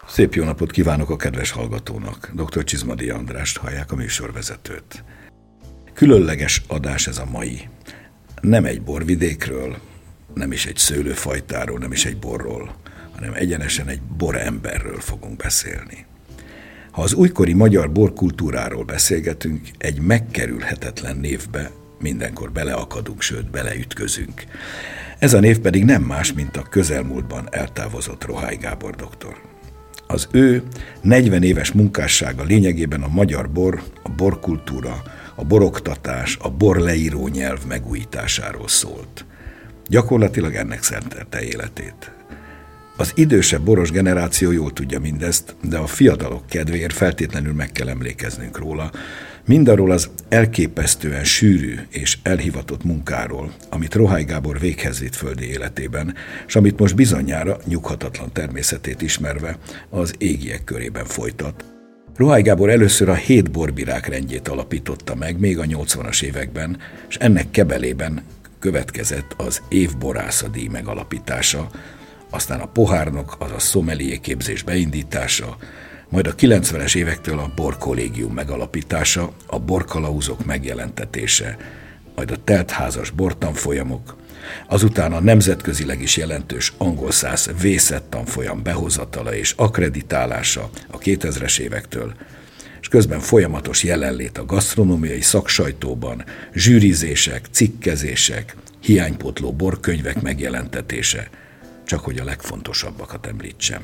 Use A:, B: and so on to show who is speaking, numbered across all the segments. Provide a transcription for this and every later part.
A: Szép jó napot kívánok a kedves hallgatónak. Dr. Csizmadia Andrást hallják, a műsorvezetőt. Különleges adás ez a mai. Nem egy borvidékről, nem is egy szőlőfajtáról, nem is egy borról, hanem egyenesen egy boremberről fogunk beszélni. Ha az újkori magyar borkultúráról beszélgetünk, egy megkerülhetetlen névbe mindenkor beleakadunk, sőt beleütközünk. Ez a név pedig nem más, mint a közelmúltban eltávozott Rohály Gábor doktor. Az ő 40 éves munkássága lényegében a magyar bor, a borkultúra, a boroktatás, a bor leíró nyelv megújításáról szólt. Gyakorlatilag ennek szentelte életét. Az idősebb boros generáció jól tudja mindezt, de a fiatalok kedvéért feltétlenül meg kell emlékeznünk róla, mindarról az elképesztően sűrű és elhivatott munkáról, amit Rohály Gábor véghez vitt földi életében, és amit most bizonyára nyughatatlan természetét ismerve az égiek körében folytat. Rohály Gábor először a 7 borbirák rendjét alapította meg még a 80-as években, és ennek kebelében következett az évborászadíj megalapítása, aztán a pohárnok, azaz szomelié képzés beindítása, majd a 90-es évektől a borkollégium megalapítása, a borkalauzok megjelentetése, majd a teltházas bortanfolyamok, azután a nemzetközileg is jelentős angol száz vészettanfolyam behozatala és akkreditálása a 2000-es évektől, és közben folyamatos jelenlét a gasztronómiai szaksajtóban, zsűrizések, cikkezések, hiánypótló borkönyvek megjelentetése, csak hogy a legfontosabbakat említsem.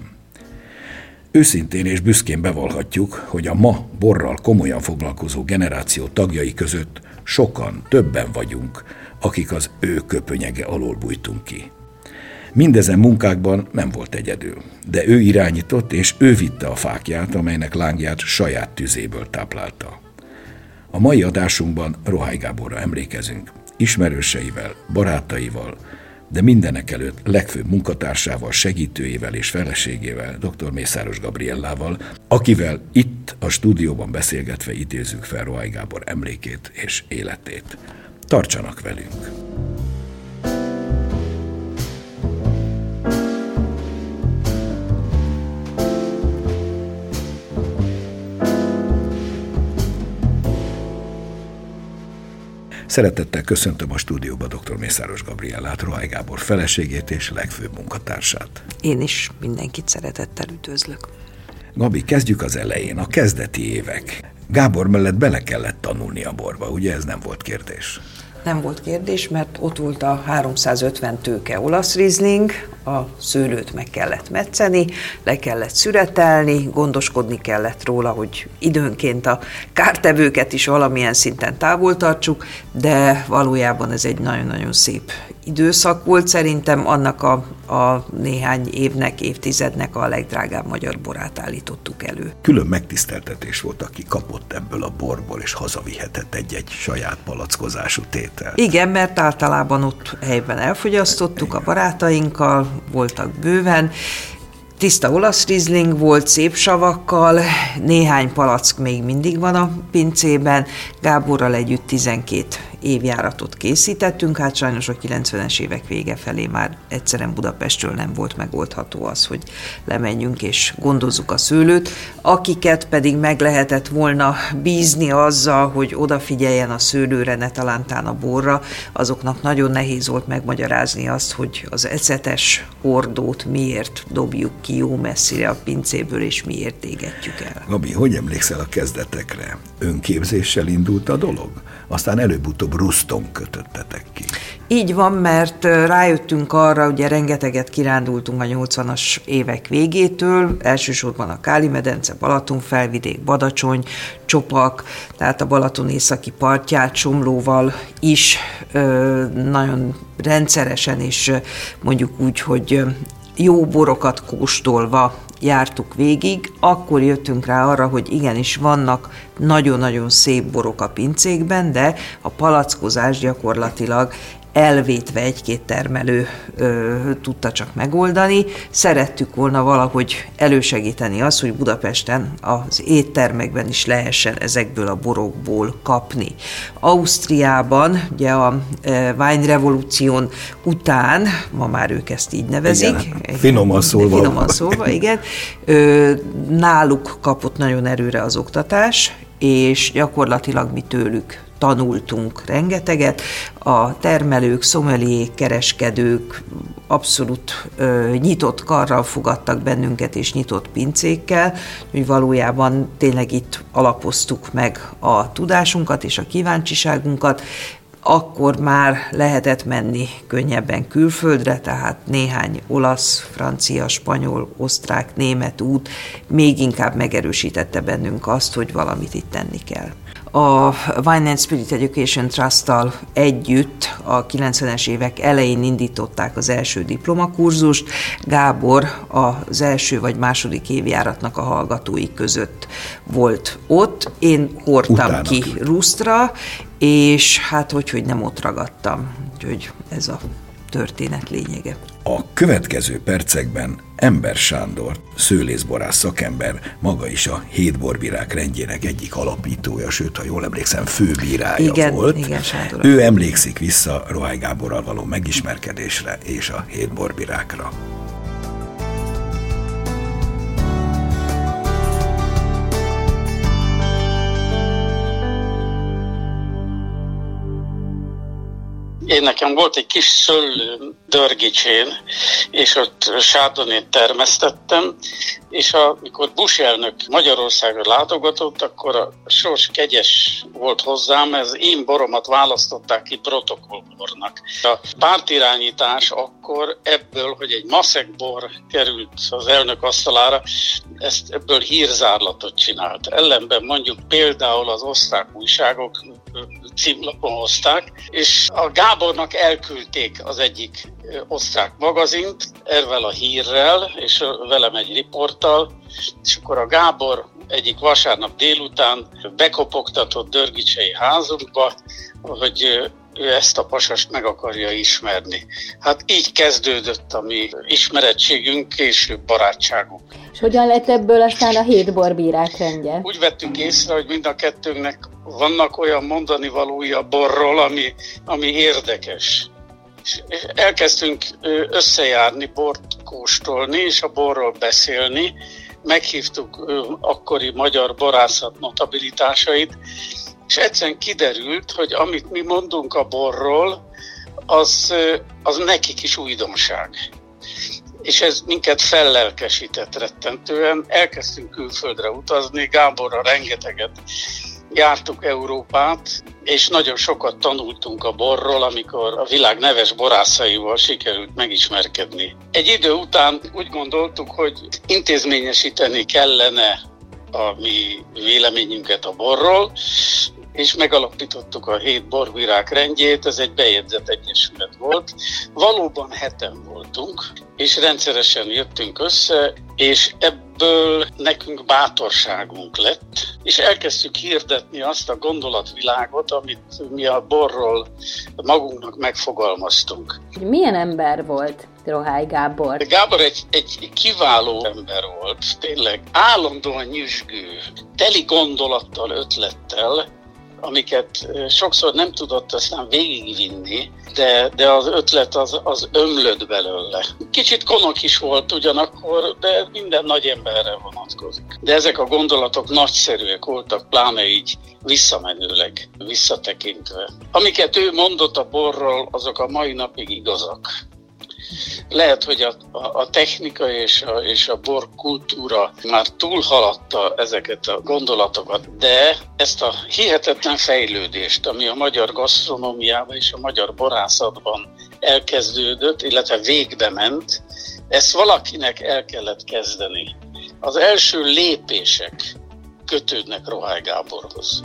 A: Őszintén és büszkén bevallhatjuk, hogy a ma borral komolyan foglalkozó generáció tagjai között sokan, többen vagyunk, akik az ő köpönyege alól bújtunk ki. Mindezen munkákban nem volt egyedül, de ő irányított és ő vitte a fáklyát, amelynek lángját saját tüzéből táplálta. A mai adásunkban Rohály Gáborra emlékezünk, ismerőseivel, barátaival, de mindenekelőtt legfőbb munkatársával, segítőjével és feleségével, dr. Mészáros Gabriellával, akivel itt a stúdióban beszélgetve idézzük fel Rohály Gábor emlékét és életét. Tartsanak velünk! Szeretettel köszöntöm a stúdióba dr. Mészáros Gabriellát, Rohály Gábor feleségét és legfőbb munkatársát.
B: Én is mindenkit szeretettel üdvözlök.
A: Gabi, kezdjük az elején, a kezdeti évek. Gábor mellett bele kellett tanulni a borba, ugye ez nem volt kérdés?
B: Nem volt kérdés, mert ott volt a 350 tőke olasz rizling, a szőlőt meg kellett metszeni, le kellett szüretelni, gondoskodni kellett róla, hogy időnként a kártevőket is valamilyen szinten távol tartsuk, de valójában ez egy nagyon-nagyon szép időszak volt. Szerintem annak a néhány évnek, évtizednek a legdrágább magyar borát állítottuk elő.
A: Külön megtiszteltetés volt, aki kapott ebből a borból, és hazavihetett egy-egy saját palackozású tételt.
B: Igen, mert általában ott helyben elfogyasztottuk a barátainkkal, voltak bőven. Tiszta olasz rizling volt, szép savakkal, néhány palack még mindig van a pincében. Gáborral együtt 12 évjáratot készítettünk, hát sajnos a 90-es évek vége felé már egyszerűen Budapestről nem volt megoldható az, hogy lemenjünk és gondozzuk a szőlőt, akiket pedig meg lehetett volna bízni azzal, hogy odafigyeljen a szőlőre, ne talántán a borra, azoknak nagyon nehéz volt megmagyarázni azt, hogy az ecetes hordót miért dobjuk ki jó messzire a pincéből, és miért égetjük el.
A: Gabi, hogy emlékszel a kezdetekre? Önképzéssel indult a dolog? Aztán előbb-utóbb ruszton kötöttetek ki.
B: Így van, mert rájöttünk arra, ugye rengeteget kirándultunk a 80-as évek végétől, elsősorban a Káli-medence, Balatonfelvidék, Badacsony, Csopak, tehát a Balaton északi partját Somlóval is nagyon rendszeresen, és mondjuk úgy, hogy jó borokat kóstolva jártuk végig, akkor jöttünk rá arra, hogy igenis vannak nagyon-nagyon szép borok a pincékben, de a palackozás gyakorlatilag elvétve egy-két termelő tudta csak megoldani. Szerettük volna valahogy elősegíteni azt, hogy Budapesten az éttermekben is lehessen ezekből a borokból kapni. Ausztriában, ugye a Weinrevolúción után, ma már ők ezt így nevezik.
A: Igen, finoman szólva,
B: igen. Náluk kapott nagyon erőre az oktatás, és gyakorlatilag mi tőlük tanultunk rengeteget. A termelők, szomeliék, kereskedők abszolút nyitott karral fogadtak bennünket, és nyitott pincékkel, hogy valójában tényleg itt alapoztuk meg a tudásunkat és a kíváncsiságunkat. Akkor már lehetett menni könnyebben külföldre, tehát néhány olasz, francia, spanyol, osztrák, német út még inkább megerősítette bennünk azt, hogy valamit itt tenni kell. A Wine and Spirit Education Trust-tal együtt a 90-es évek elején indították az első diplomakurzust. Gábor az első vagy második évjáratnak a hallgatói között volt ott. Én hordtam ki Rusztra, és hát hogy nem ott ragadtam. Úgyhogy ez a történet lényege.
A: A következő percekben Ember Sándor, szőlészborász szakember, maga is a 7 borbírák rendjének egyik alapítója, sőt, ha jól emlékszem, főbírája volt.
B: Igen, Sándor.
A: Ő emlékszik vissza Rohály Gáborral való megismerkedésre és a 7 borbirákra.
C: Én nekem volt egy kis szőlőm Dörgicsén, és ott sárdonét termesztettem, és amikor Bush elnök Magyarországra látogatott, akkor a sors kegyes volt hozzám, az én boromat választották ki protokollbornak. A pártirányítás akkor ebből, hogy egy maszekbor került az elnök asztalára, ebből hírzárlatot csinált. Ellenben mondjuk például az osztrák újságok címlapon hozták, és a Gábornak elküldték az egyik osztrák magazint, ezzel a hírrel, és velem egy riporttal, és akkor a Gábor egyik vasárnap délután bekopogtatott Dörgicsei házunkba, hogy ő ezt a pasast meg akarja ismerni. Hát így kezdődött a mi ismerettségünk, később barátságunk.
D: És hogyan lett ebből aztán a 7 borbírák rendje?
C: Úgy vettük észre, hogy mind a kettőnknek vannak olyan mondani valói a borról, ami érdekes. És elkezdtünk összejárni, bort kóstolni, és a borról beszélni. Meghívtuk akkori magyar borászat notabilitásait, és egyszerűen kiderült, hogy amit mi mondunk a borról, az nekik is újdonság. És ez minket fellelkesített rettentően. Elkezdtünk külföldre utazni, Gáborra rengeteget jártuk Európát, és nagyon sokat tanultunk a borról, amikor a világ neves borászaival sikerült megismerkedni. Egy idő után úgy gondoltuk, hogy intézményesíteni kellene a mi véleményünket a borról, és megalapítottuk a 7 borbírák rendjét, ez egy bejegyzett egyesület volt. Valóban 7-en voltunk, és rendszeresen jöttünk össze, és ebből nekünk bátorságunk lett, és elkezdtük hirdetni azt a gondolatvilágot, amit mi a borról magunknak megfogalmaztunk.
D: Milyen ember volt Rohály Gábor?
C: Gábor egy kiváló ember volt, tényleg állandóan nyüzsgő, teli gondolattal, ötlettel, amiket sokszor nem tudott aztán végigvinni, de az ötlet az ömlött belőle. Kicsit konok is volt ugyanakkor, de minden nagy emberre vonatkozik. De ezek a gondolatok nagyszerűek voltak, pláne így visszamenőleg, visszatekintve. Amiket ő mondott a borról, azok a mai napig igazak. Lehet, hogy a technika és a borkultúra már túlhaladta ezeket a gondolatokat, de ezt a hihetetlen fejlődést, ami a magyar gasztronómiában és a magyar borászatban elkezdődött, illetve végbe ment, ezt valakinek el kellett kezdeni. Az első lépések kötődnek Rohály Gáborhoz.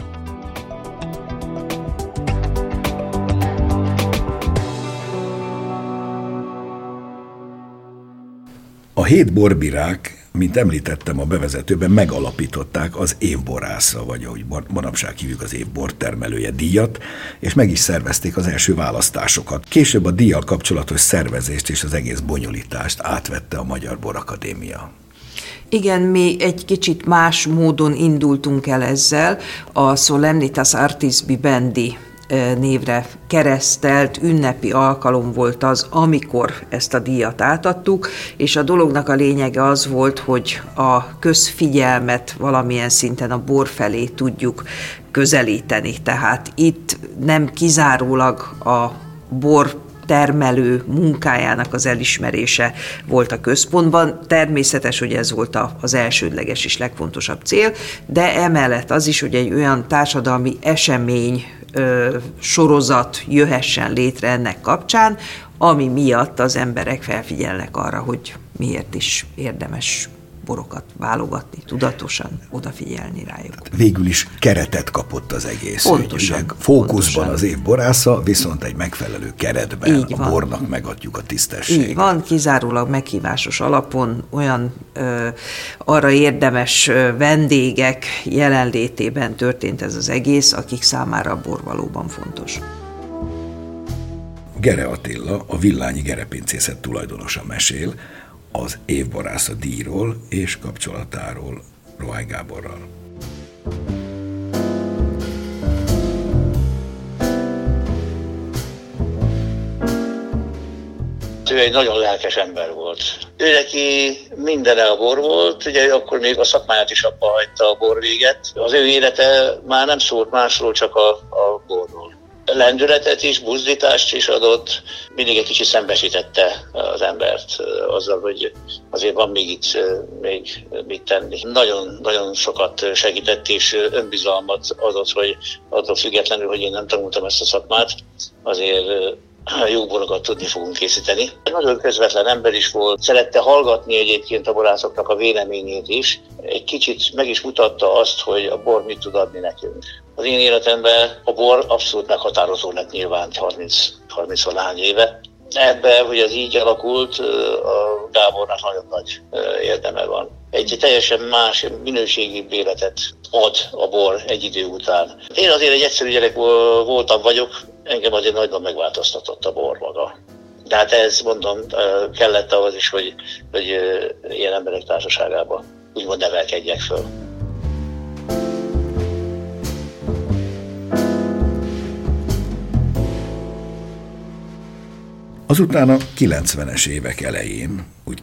A: A 7 borbírák mint említettem a bevezetőben, megalapították az évborásza, vagy ahogy manapság hívjuk, az év bortermelője díjat, és meg is szervezték az első választásokat. Később a díjjal kapcsolatos szervezést és az egész bonyolítást átvette a Magyar Borakadémia.
B: Igen, mi egy kicsit más módon indultunk el ezzel, a Solemnitas Artis Bibendi névre keresztelt ünnepi alkalom volt az, amikor ezt a díjat átadtuk, és a dolognak a lényege az volt, hogy a közfigyelmet valamilyen szinten a bor felé tudjuk közelíteni. Tehát itt nem kizárólag a bor termelő munkájának az elismerése volt a központban. Természetes, hogy ez volt az elsődleges és legfontosabb cél, de emellett az is, hogy egy olyan társadalmi esemény sorozat jöhessen létre ennek kapcsán, ami miatt az emberek felfigyelnek arra, hogy miért is érdemes borokat válogatni, tudatosan odafigyelni rájuk.
A: Végül is keretet kapott az egész.
B: Pontosan.
A: Fókuszban az év borásza, viszont egy megfelelő keretben
B: így
A: a
B: van.
A: bornak megadjuk a tisztességet.
B: Így van, kizárólag meghívásos alapon olyan arra érdemes vendégek jelenlétében történt ez az egész, akik számára a bor valóban fontos.
A: Gere Attila, a Villányi Gerepincészet tulajdonosa mesél az évborásza díjról és kapcsolatáról Rohány Gáborral.
E: Ő egy nagyon lelkes ember volt. Ő neki mindene a bor volt, ugye akkor még a szakmáját is abba hagyta a bor véget. Az ő élete már nem szólt másról, csak a borról. Lendületet is, buzdítást is adott, mindig egy kicsit szembesítette az embert azzal, hogy azért van még itt még mit tenni. Nagyon, nagyon sokat segített és önbizalmat adott, hogy attól függetlenül, hogy én nem tanultam ezt a szakmát, azért jó borokat tudni fogunk készíteni. Nagyon közvetlen ember is volt, szerette hallgatni egyébként a borászoknak a véleményét is. Egy kicsit meg is mutatta azt, hogy a bor mit tud adni nekünk. Az én életemben a bor abszolút meghatározó lett nyilván 30-valány éve. Ebben, hogy ez így alakult, a Gábornak nagyon nagy érdeme van. Egy teljesen más, minőségibb életet ad a bor egy idő után. Én azért egy egyszerű gyerek vagyok, engem azért nagyban megváltoztatott a bor maga. De hát ez, mondom, kellett ahhoz is, hogy ilyen emberek társaságában úgymond nevelkedjek föl.
A: Azután a 90-es évek elején, úgy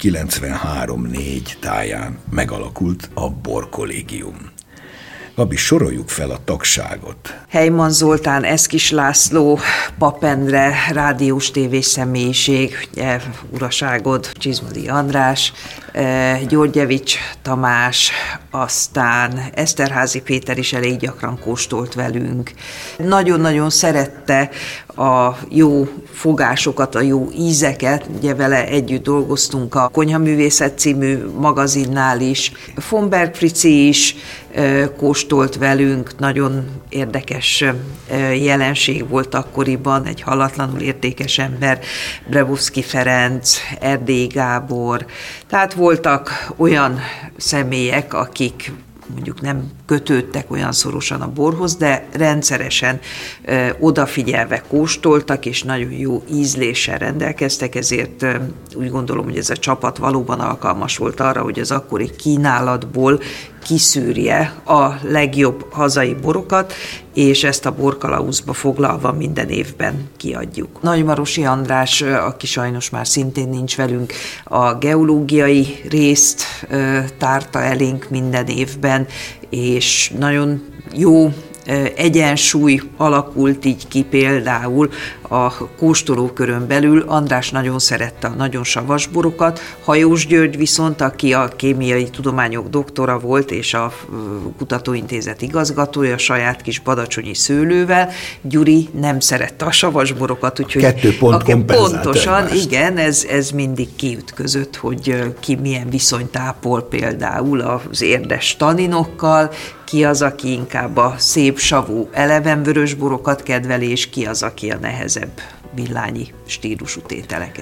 A: 93-4 táján megalakult a Borkollégium. Gabi, soroljuk fel a tagságot.
B: Heyman Zoltán, Eszkis László, Pap Endre, rádiós tévés személyiség, ugye, uraságod, Csizmadi András, Györgyevics Tamás, aztán Eszterházy Péter is elég gyakran kóstolt velünk. Nagyon-nagyon szerette a jó fogásokat, a jó ízeket, ugye vele együtt dolgoztunk a Konyhaművészet című magazinnál is. Fonberg Frici is kóstolt velünk, nagyon érdekes jelenség volt akkoriban, egy hallatlanul értékes ember, Brevovszky Ferenc, Erdélyi Gábor, tehát voltak olyan személyek, akik mondjuk nem kötődtek olyan szorosan a borhoz, de rendszeresen odafigyelve kóstoltak, és nagyon jó ízléssel rendelkeztek, ezért úgy gondolom, hogy ez a csapat valóban alkalmas volt arra, hogy az akkori kínálatból kiszűrje a legjobb hazai borokat, és ezt a borkalauzba foglalva minden évben kiadjuk. Nagymarosi András, aki sajnos már szintén nincs velünk, a geológiai részt tárta elénk minden évben, és nagyon jó egyensúly alakult így ki például a kóstolókörön belül. András nagyon szerette a nagyon savas borokat, Hajós György viszont, aki a kémiai tudományok doktora volt, és a kutatóintézet igazgatója, saját kis badacsonyi szőlővel. Gyuri nem szerette a savas borokat, úgyhogy
A: 2 pont kompenzált
B: pontosan,
A: egymást.
B: igen, ez mindig kiütközött, hogy ki milyen viszonyt ápol például az érdes taninokkal, ki az, aki inkább a szép savú eleven vörös borokat kedveli, és ki az, aki a nehezebb villányi stílusú tételeket.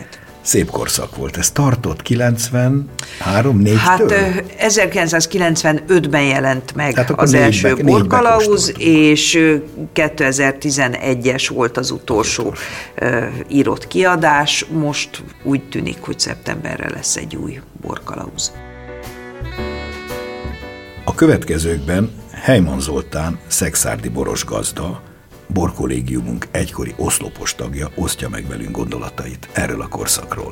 A: Szép korszak volt. Ez tartott 93-4-től?
B: Hát 1995-ben jelent meg az első borkalauz, és 2011-es volt az utolsó írott kiadás. Most úgy tűnik, hogy szeptemberre lesz egy új borkalauz.
A: A következőkben Heimann Zoltán, szekszárdi boros gazda, borkollégiumunk egykori oszlopos tagja osztja meg velünk gondolatait erről a korszakról.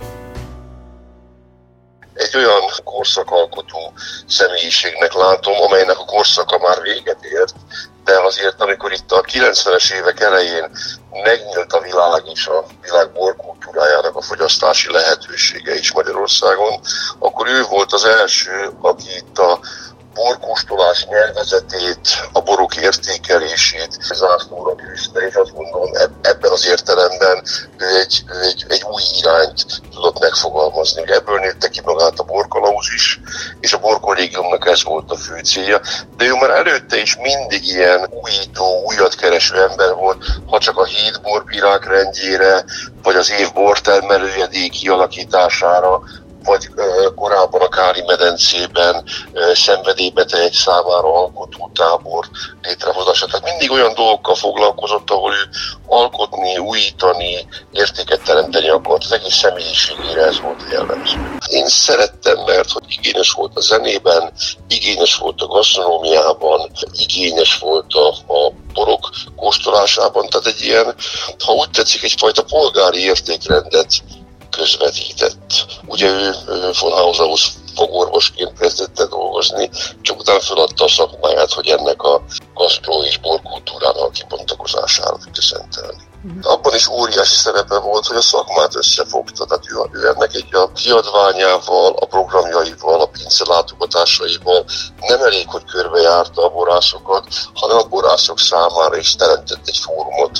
F: Egy olyan korszakalkotó személyiségnek látom, amelynek a korszaka már véget ért, de azért, amikor itt a 90-es évek elején megnyílt a világ és a világ borkultúrájának a fogyasztási lehetősége is Magyarországon, akkor ő volt az első, aki itt a borkóstolás nyelvezetét, a borok értékelését zászlóra tűzte, és azt gondolom, ebben az értelemben ő egy új irányt tudott megfogalmazni. Ebből nőtte ki magát a borkalauz is, és a borkollégiumnak ez volt a fő célja. De ő már előtte is mindig ilyen újító, újat kereső ember volt, ha csak a 7 borbírák rendjére, vagy az év bortermelője díj kialakítására, vagy korábban a Káli-medencében szenvedélybeteg számára alkotótábor létrehozása. Tehát mindig olyan dolgokkal foglalkozott, ahol ő alkotni, újítani, értéket teremteni akart. Az egész személyiségére ez volt jellemző. Én szerettem, mert hogy igényes volt a zenében, igényes volt a gasztronómiában, igényes volt a borok kóstolásában. Tehát egy ilyen, ha úgy tetszik, egyfajta polgári értékrendet közvetített. Ugye ő von Hauserhoz fogorvosként kezdett el dolgozni, csak utána feladta a szakmáját, hogy ennek a gasztró és borkultúrának a kibontakozására tudja szentelni. Abban is óriási szerepe volt, hogy a szakmát összefogta, tehát ő ennek a kiadványával, a programjaival, a pince látogatásaival nem elég, hogy körbejárta a borászokat, hanem a borászok számára is teremtett egy fórumot.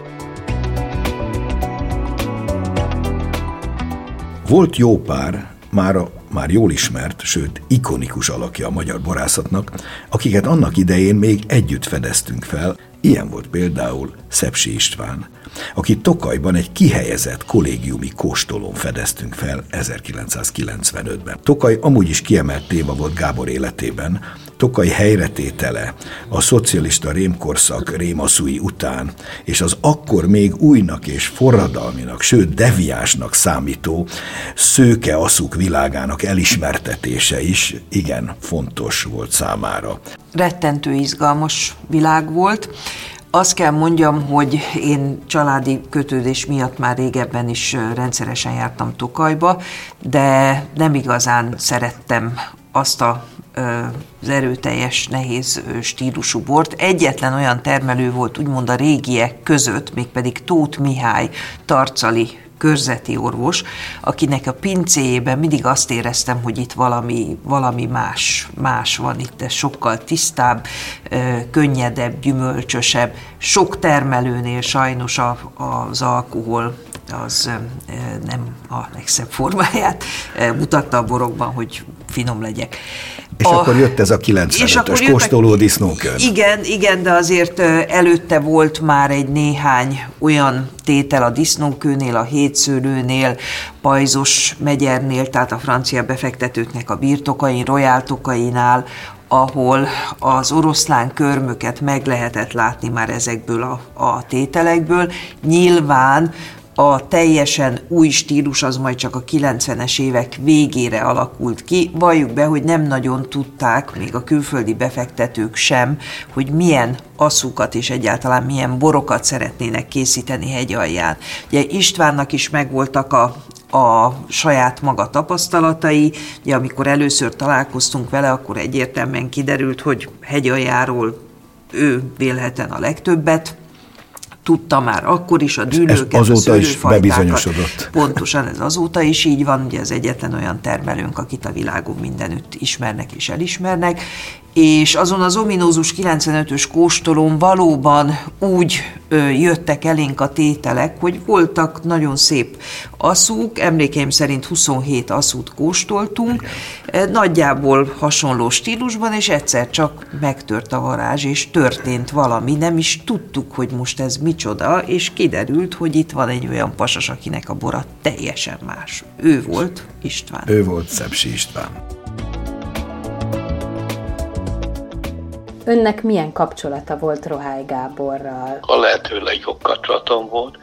A: Volt jó pár, már jól ismert, sőt ikonikus alakja a magyar borászatnak, akiket annak idején még együtt fedeztünk fel. Ilyen volt például Szepsi István, akit Tokajban egy kihelyezett kollégiumi kóstolón fedeztünk fel 1995-ben. Tokaj amúgy is kiemelt téma volt Gábor életében. Tokaj helyretétele a szocialista rémkorszak rémaszúi után, és az akkor még újnak és forradalminak, sőt deviánsnak számító szőke aszuk világának elismertetése is igen fontos volt számára.
B: Rettentő izgalmas világ volt. Azt kell mondjam, hogy én családi kötődés miatt már régebben is rendszeresen jártam Tokajba, de nem igazán szerettem azt az erőteljes, nehéz stílusú bort. Egyetlen olyan termelő volt, úgymond a régiek között, mégpedig Tóth Mihály tarcali körzeti orvos, akinek a pincéjében mindig azt éreztem, hogy itt valami más van itt, ez sokkal tisztább, könnyedebb, gyümölcsösebb. Sok termelőnél sajnos az alkohol az nem a legszebb formáját mutatta a borokban, hogy finom legyek.
A: És akkor jött ez a 95-ös kóstoló disznókön.
B: Igen, de azért előtte volt már egy néhány olyan tétel a disznókőnél, a hétszőlőnél, Pajzos Megyernél, tehát a francia befektetőknek a birtokain, Royal Tokainál, ahol az oroszlán körmöket meg lehetett látni már ezekből a tételekből. Nyilván a teljesen új stílus az majd csak a 90-es évek végére alakult ki. Valljuk be, hogy nem nagyon tudták, még a külföldi befektetők sem, hogy milyen asszukat és egyáltalán milyen borokat szeretnének készíteni hegyalján. Ugye Istvánnak is megvoltak a saját maga tapasztalatai. Ugye, amikor először találkoztunk vele, akkor egyértelműen kiderült, hogy hegyaljáról ő vélhetően a legtöbbet tudta már akkor is a dűlőket,
A: ez azóta is bebizonyosodott.
B: Pontosan, ez azóta is így van, ugye az egyetlen olyan termelőnk, akit a világon mindenütt ismernek és elismernek, és azon az ominózus 95-ös kóstolón valóban úgy jöttek elénk a tételek, hogy voltak nagyon szép aszúk, emlékeim szerint 27 aszút kóstoltunk, nagyjából hasonló stílusban, és egyszer csak megtört a varázs, és történt valami, nem is tudtuk, hogy most ez micsoda, és kiderült, hogy itt van egy olyan pasas, akinek a bora teljesen más. Ő volt István.
A: Ő volt Szepsi István.
D: Önnek milyen kapcsolata volt Rohály Gáborral?
G: A lehető legjobb kapcsolatom volt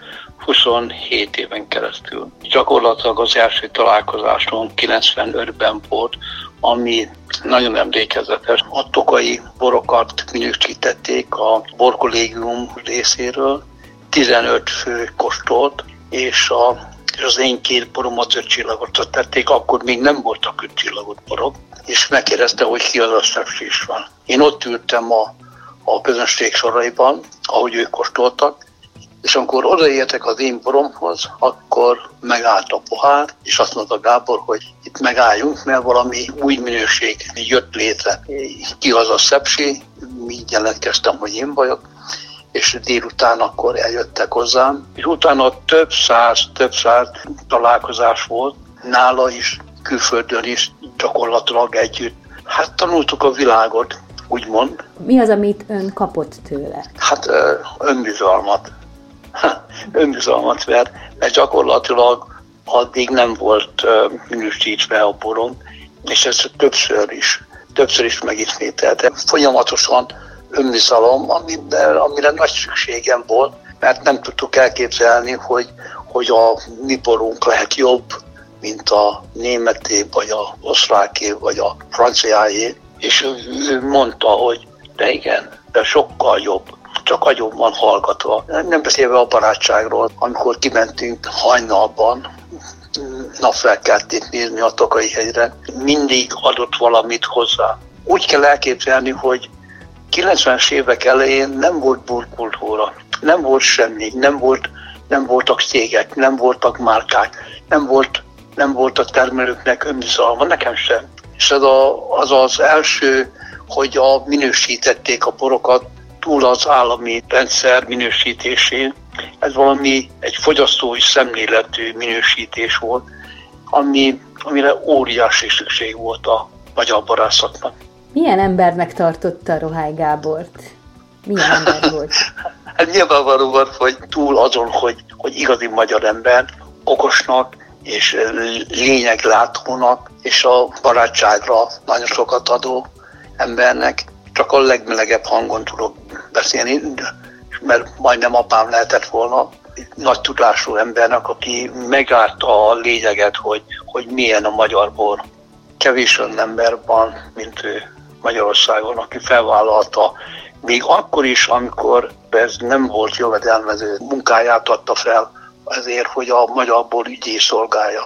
G: 27 éven keresztül. Gyakorlatilag az első találkozáson 95-ben volt, ami nagyon emlékezetes. A tokai borokat minősítették a borkollégium részéről, 15 fő kóstolt, és az én 2 boromat 5 csillagot tették, akkor még nem voltak 5 csillagot borok, és megkérdezte, hogy ki az a Szepsi István. Én ott ültem a közönség soraiban, ahogy ők kóstoltak, és amikor odaértek az én boromhoz, akkor megállt a pohár, és azt mondta Gábor, hogy itt megálljunk, mert valami új minőség jött létre. Ki az a Szepsi, így jelentkeztem, hogy én vagyok, és délután akkor eljöttek hozzám, és utána több száz találkozás volt, nála is, külföldön is, gyakorlatilag együtt. Hát tanultuk a világot, úgymond.
D: Mi az, amit ön kapott tőle?
G: Hát önbizalmat. Önbizalmat, mert gyakorlatilag addig nem volt minősítve a borom, és ez többször is megismételte. Folyamatosan önbizalom, amire nagy szükségem volt, mert nem tudtuk elképzelni, hogy a mi borunk lehet jobb, mint a németé, vagy a osztráké, vagy a franciáé. És ő mondta, hogy de igen, de sokkal jobb, csak agyon van hallgatva. Nem beszélve a barátságról, amikor kimentünk hajnalban, napfelkeltét nézni a Tokai hegyre, mindig adott valamit hozzá. Úgy kell elképzelni, hogy 90-es évek elején nem volt burkultúra, nem volt semmi, nem voltak cégek, nem voltak márkák, nem volt a termelőknek önbizalma, nekem sem. És ez az első, hogy minősítették a borokat túl az állami rendszer minősítésén. Ez egy fogyasztói szemléletű minősítés volt, amire óriási szükség volt a magyar borászatnak.
D: Milyen embernek tartotta Rohály Gábort? Milyen ember volt?
G: Hát nyilvánvalóan, hogy túl azon, hogy igazi magyar ember, okosnak és lényeglátónak, és a barátságra nagyon sokat adó embernek, csak a legmelegebb hangon tudok beszélni, mert majdnem apám lehetett volna. Nagy tudású embernek, aki megárta a lényeget, hogy milyen a magyar bor. Kevés olyan ember van, mint ő Magyarországon, aki felvállalta, még akkor is, amikor ez nem volt jövedelmező, munkáját adta fel azért, hogy a magyar bor ügyét szolgálja.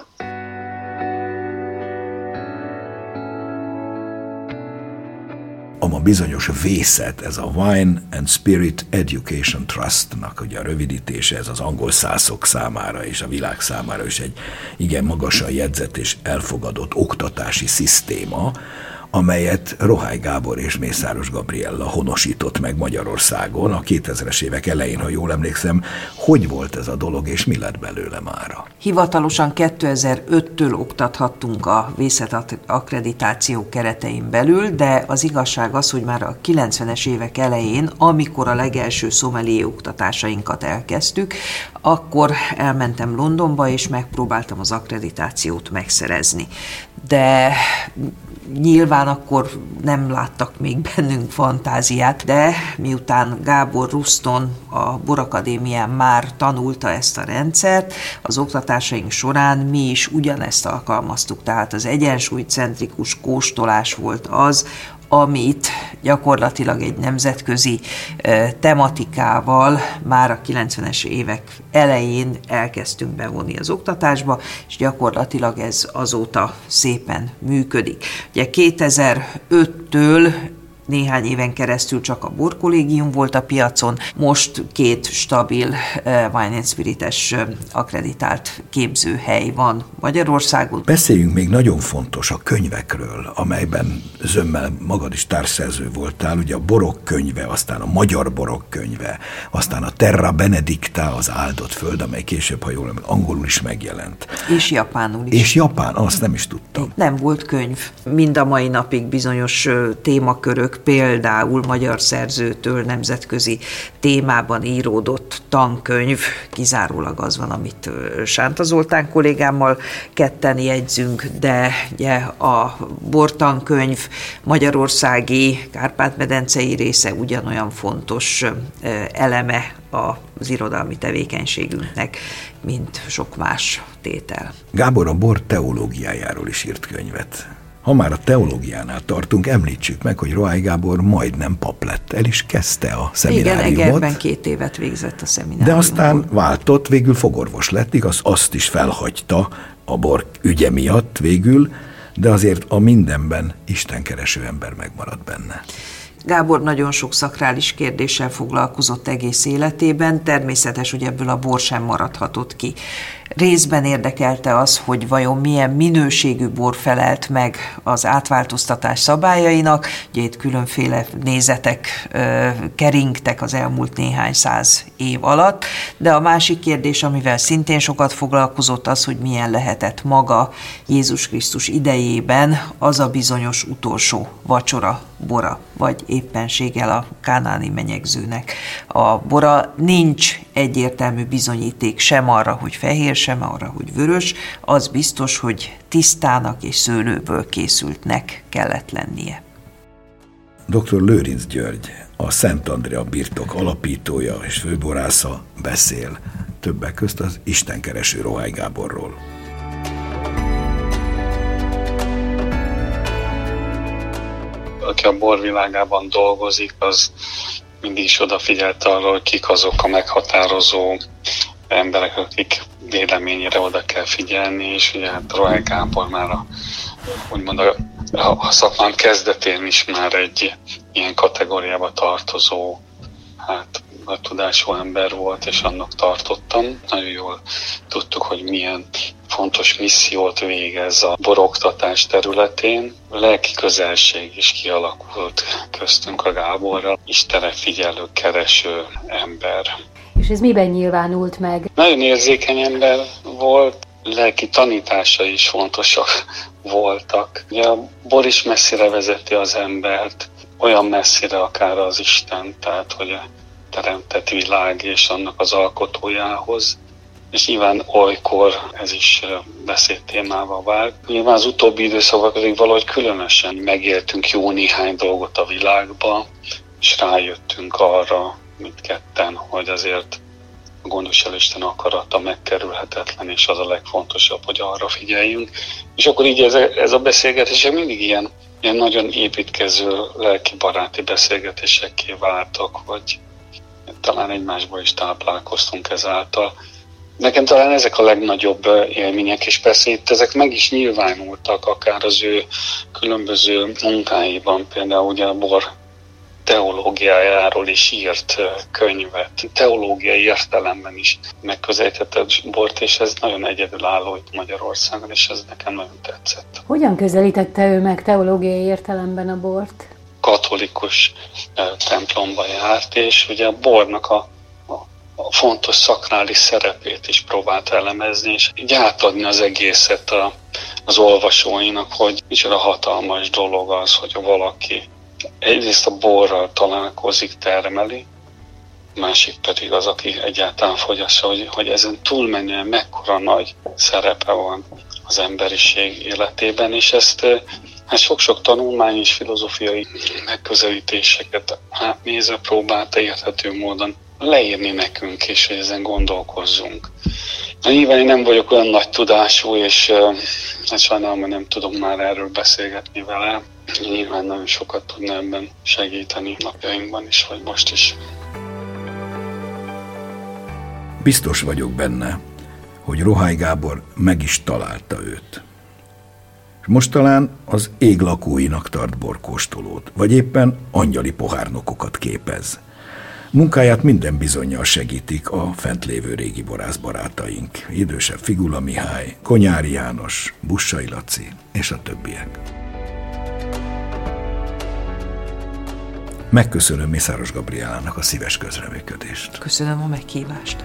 A: A bizonyos vészet, ez a Wine and Spirit Education Trustnak, ugye a rövidítése, ez az angol szászok számára és a világ számára is egy igen magasan jegyzett és elfogadott oktatási szisztéma, amelyet Rohály Gábor és Mészáros Gabriella honosított meg Magyarországon a 2000-es évek elején, ha jól emlékszem. Hogy volt ez a dolog, és mi lett belőle mára?
B: Hivatalosan 2005-től oktathattunk a vészet akkreditáció keretein belül, de az igazság az, hogy már a 90-es évek elején, amikor a legelső szomelié oktatásainkat elkezdtük, akkor elmentem Londonba, és megpróbáltam az akkreditációt megszerezni. De nyilván akkor nem láttak még bennünk fantáziát, de miután Gábor Ruston a Borakadémián már tanulta ezt a rendszert, az oktatásaink során mi is ugyanezt alkalmaztuk, tehát az egyensúlycentrikus kóstolás volt az, amit gyakorlatilag egy nemzetközi tematikával már a 90-es évek elején elkezdtünk bevonni az oktatásba, és gyakorlatilag ez azóta szépen működik. Ugye 2005-től néhány éven keresztül csak a borkollégium volt a piacon, most 2 stabil Wine & Spirites akkreditált képzőhely van Magyarországon.
A: Beszéljünk még nagyon fontos a könyvekről, amelyben Zömmel magad is társszerző voltál, ugye a borok könyve, aztán a magyar borok könyve, aztán a Terra Benedicta, az áldott föld, amely később, ha jól emlékszem, angolul is megjelent.
B: És japánul is.
A: És japán, azt nem is tudtam.
B: Nem volt könyv. Mind a mai napig bizonyos témakörök, például magyar szerzőtől nemzetközi témában íródott tankönyv, kizárólag az van, amit Sánta Zoltán kollégámmal ketten jegyzünk, de ugye a bortankönyv magyarországi, Kárpát-medencei része ugyanolyan fontos eleme az irodalmi tevékenységünknek, mint sok más tétel.
A: Gábor a bor teológiájáról is írt könyvet. Ha már a teológiánál tartunk, említsük meg, hogy Rohály Gábor majdnem pap lett. El is kezdte a szemináriumot.
B: Igen, Egerben 2 évet végzett a szemináriumban.
A: De aztán váltott, végül fogorvos lett, igaz, azt is felhagyta a bor ügye miatt végül, de azért a mindenben istenkereső ember megmaradt benne.
B: Gábor nagyon sok szakrális kérdéssel foglalkozott egész életében, természetes, hogy ebből a bor sem maradhatott ki. Részben érdekelte az, hogy vajon milyen minőségű bor felelt meg az átváltoztatás szabályainak, ugye itt különféle nézetek keringtek az elmúlt néhány száz év alatt, de a másik kérdés, amivel szintén sokat foglalkozott, az, hogy milyen lehetett maga Jézus Krisztus idejében az a bizonyos utolsó vacsora bora, vagy éppenséggel a kánáni menyegzőnek a bora. Nincs egyértelmű bizonyíték sem arra, hogy fehér, sem arra, hogy vörös, az biztos, hogy tisztának és szőlőből készültnek kellett lennie.
A: Dr. Lőrinc György, a Szent Andrea birtok alapítója és főborásza beszél többek közt az istenkereső Rohály Gáborról.
C: Aki a borvilágában dolgozik, az mindig is odafigyelt arra, hogy kik azok a meghatározó emberek, akik véleményére oda kell figyelni, és ugye hát Rohály Gábor már a szakmám kezdetén is már egy ilyen kategóriába tartozó, nagy tudású ember volt, és annak tartottam. Nagyon jól tudtuk, hogy milyen fontos missziót végez a boroktatás területén. Lelki közelség is kialakult köztünk a Gáborral. Istenre figyelő, kereső ember.
D: És ez miben nyilvánult meg?
C: Nagyon érzékeny ember volt, lelki tanítása is fontosak voltak. Ugye a bor is messzire vezeti az embert, olyan messzire akár az Isten, tehát hogy a teremtett világ és annak az alkotójához. És nyilván olykor ez is beszédtémává vált. Nyilván az utóbbi időszakban pedig valahogy különösen megéltünk jó néhány dolgot a világba, és rájöttünk arra mindketten, hogy azért a gondos Isten akarata megkerülhetetlen, és az a legfontosabb, hogy arra figyeljünk. És akkor így ez a beszélgetések mindig ilyen nagyon építkező, lelkibaráti beszélgetésekké váltak, vagy talán egymásból is táplálkoztunk ezáltal. Nekem talán ezek a legnagyobb élmények, és persze itt ezek meg is nyilvánultak, akár az ő különböző munkáiban, például ugye a bor teológiájáról is írt könyvet, teológiai értelemben is megközelítette a bort, és ez nagyon egyedülálló itt Magyarországon, és ez nekem nagyon tetszett.
D: Hogyan közelítette ő meg teológiai értelemben a bort?
C: Katolikus templomba járt, és ugye a bornak a fontos szakrális szerepét is próbált elemezni, és így átadni az egészet az olvasóinak, hogy micsoda hatalmas dolog az, hogy valaki egyrészt a borral találkozik, termeli, másik pedig az, aki egyáltalán fogyasztja, hogy ezen túlmenően mekkora nagy szerepe van az emberiség életében, és ezt sok-sok tanulmány és filozófiai megközelítéseket átnézve próbálta érthető módon leírni nekünk, és hogy ezen gondolkozzunk. Nyilván én nem vagyok olyan nagy tudású, és sajnálom, hogy nem tudom már erről beszélgetni vele. Nyilván nagyon sokat tudna ebben segíteni napjainkban is, vagy most is.
A: Biztos vagyok benne, hogy Rohály Gábor meg is találta őt. Most talán az ég lakóinak tart borkóstolót, vagy éppen angyali pohárnokokat képez. Munkáját minden bizonnyal segítik a fent lévő régi borász barátaink, idősebb Figula Mihály, Konyári János, Bussai Laci és a többiek. Megköszönöm Mészáros Gabriellának a szíves közreműködést.
B: Köszönöm a meghívást.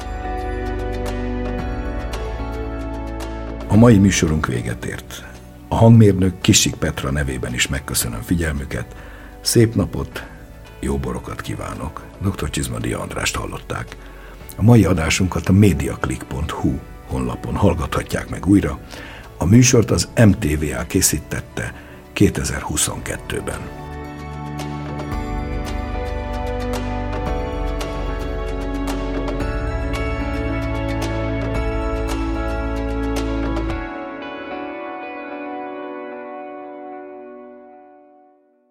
A: A mai műsorunk véget ért. A hangmérnök Kissik Petra nevében is megköszönöm figyelmüket. Szép napot, jó borokat kívánok. Dr. Csizmadia Andrást hallották. A mai adásunkat a mediaclick.hu honlapon hallgathatják meg újra. A műsort az MTVA készítette 2022-ben.